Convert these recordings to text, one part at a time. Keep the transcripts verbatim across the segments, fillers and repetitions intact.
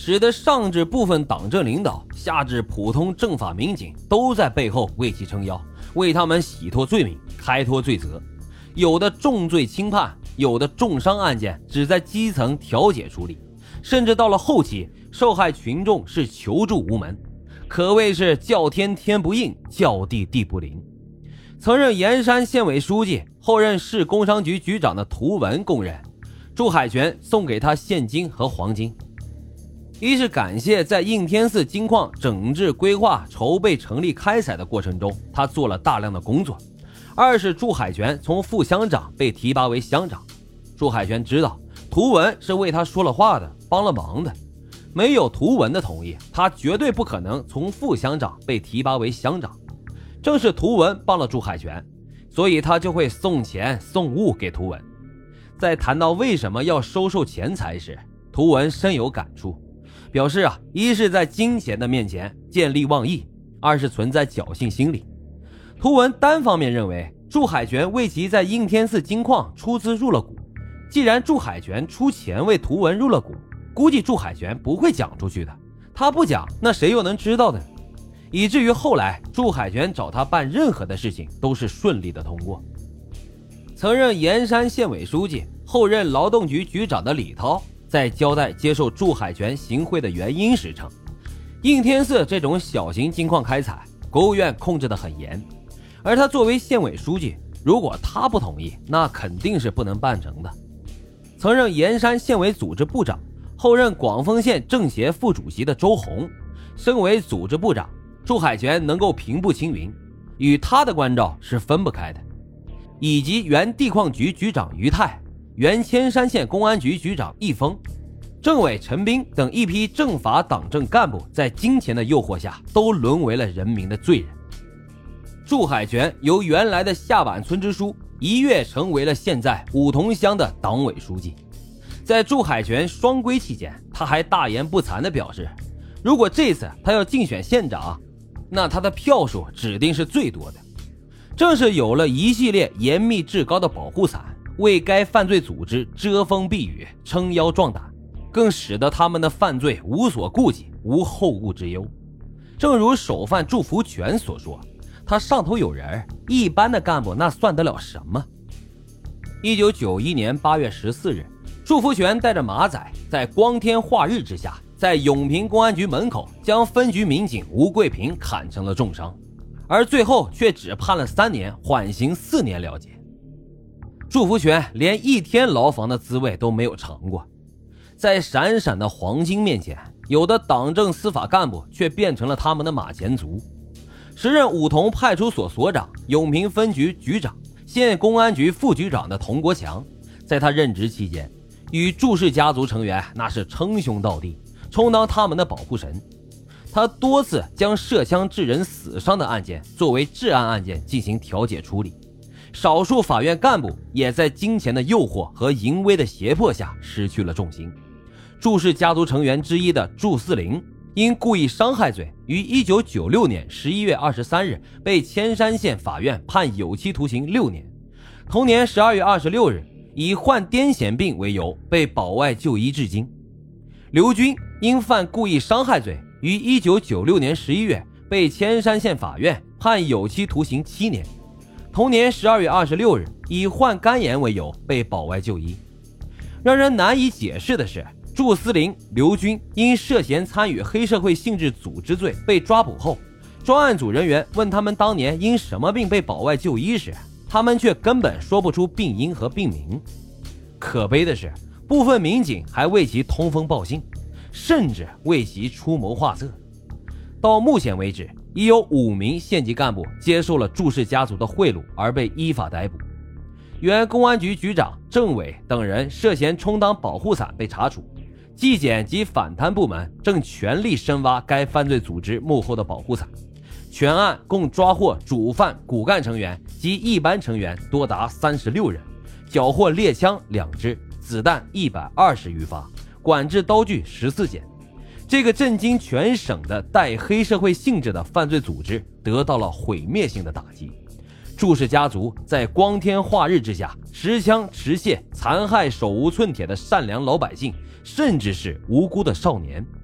使得上至部分党政领导，下至普通政法民警都在背后为其撑腰，为他们洗脱罪名，开脱罪责。有的重罪轻判，有的重伤案件只在基层调解处理，甚至到了后期，受害群众是求助无门，可谓是叫天天不应，叫地地不灵。曾任盐山县委书记，后任市工商局局长的涂文供认，祝海泉送给他现金和黄金，一是感谢在应天寺金矿整治规划筹备成立开采的过程中他做了大量的工作，二是祝海泉从副乡长被提拔为乡长。祝海泉知道涂文是为他说了话的，帮了忙的，没有涂文的同意，他绝对不可能从副乡长被提拔为乡长。正是涂文帮了祝海泉，所以他就会送钱送物给涂文。在谈到为什么要收受钱财时，涂文深有感触，表示啊，一是在金钱的面前见利忘义，二是存在侥幸心理。涂文单方面认为祝海泉为其在应天寺金矿出资入了股，既然祝海泉出钱为涂文入了股，估计祝海泉不会讲出去的，他不讲，那谁又能知道呢？以至于后来祝海泉找他办任何的事情都是顺利的通过。曾任盐山县委书记，后任劳动局局长的李涛在交代接受祝海泉行贿的原因时称，应天寺这种小型金矿开采，国务院控制得很严，而他作为县委书记，如果他不同意，那肯定是不能办成的。曾任盐山县委组织部长，后任广丰县政协副主席的周红，身为组织部长，祝海泉能够平步青云，与他的关照是分不开的。以及原地矿局局长于泰，原千山县公安局局长易峰，政委陈斌等一批政法党政干部在金钱的诱惑下都沦为了人民的罪人。祝海泉由原来的下坂村支书一跃成为了现在五桐乡的党委书记。在祝海泉双规期间，他还大言不惭地表示，如果这次他要竞选县长，那他的票数指定是最多的。正是有了一系列严密至高的保护伞，为该犯罪组织遮风避雨，撑腰壮胆，更使得他们的犯罪无所顾忌，无后顾之忧。正如首犯祝福全所说，他上头有人，一般的干部那算得了什么？一九九一年八月十四日，祝福全带着马仔在光天化日之下，在永平公安局门口将分局民警吴桂平砍成了重伤，而最后却只判了三年，缓刑四年了结。祝福全连一天牢房的滋味都没有尝过，在闪闪的黄金面前，有的党政司法干部却变成了他们的马前卒。时任五桐派出所所长、永平分局局长、县公安局副局长的童国强，在他任职期间，与祝氏家族成员那是称兄道弟，充当他们的保护神。他多次将涉枪致人死伤的案件作为治安案件进行调解处理，少数法院干部也在金钱的诱惑和淫威的胁迫下失去了重心。祝氏家族成员之一的祝思林因故意伤害罪于一九九六年十一月二十三日被千山县法院判有期徒刑六年，同年十二月二十六日以患癫痫病为由被保外就医至今。刘军因犯故意伤害罪于一九九六年十一月被千山县法院判有期徒刑七年，同年十二月二十六日以患肝炎为由被保外就医。让人难以解释的是，祝思林、刘军因涉嫌参与黑社会性质组织罪被抓捕后，专案组人员问他们当年因什么病被保外就医时，他们却根本说不出病因和病名。可悲的是，部分民警还为其通风报信，甚至为其出谋划策。到目前为止，已有五名县级干部接受了祝氏家族的贿赂而被依法逮捕。原公安局局长、政委等人涉嫌充当保护伞被查处，纪检及反贪部门正全力深挖该犯罪组织幕后的保护伞。全案共抓获主犯骨干成员及一般成员多达三十六人，缴获猎枪两支，子弹一百二十余发，管制刀具十四件。这个震惊全省的带黑社会性质的犯罪组织得到了毁灭性的打击。祝氏家族在光天化日之下持枪持械残害手无寸铁的善良老百姓，甚至是无辜的少年，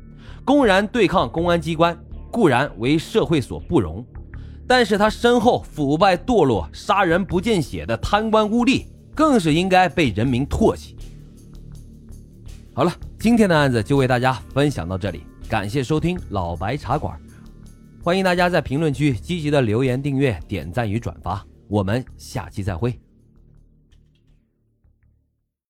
公然对抗公安机关，固然为社会所不容，但是他身后腐败堕落、杀人不见血的贪官污吏，更是应该被人民唾弃。好了，今天的案子就为大家分享到这里，感谢收听老白茶馆，欢迎大家在评论区积极的留言、订阅、点赞与转发，我们下期再会。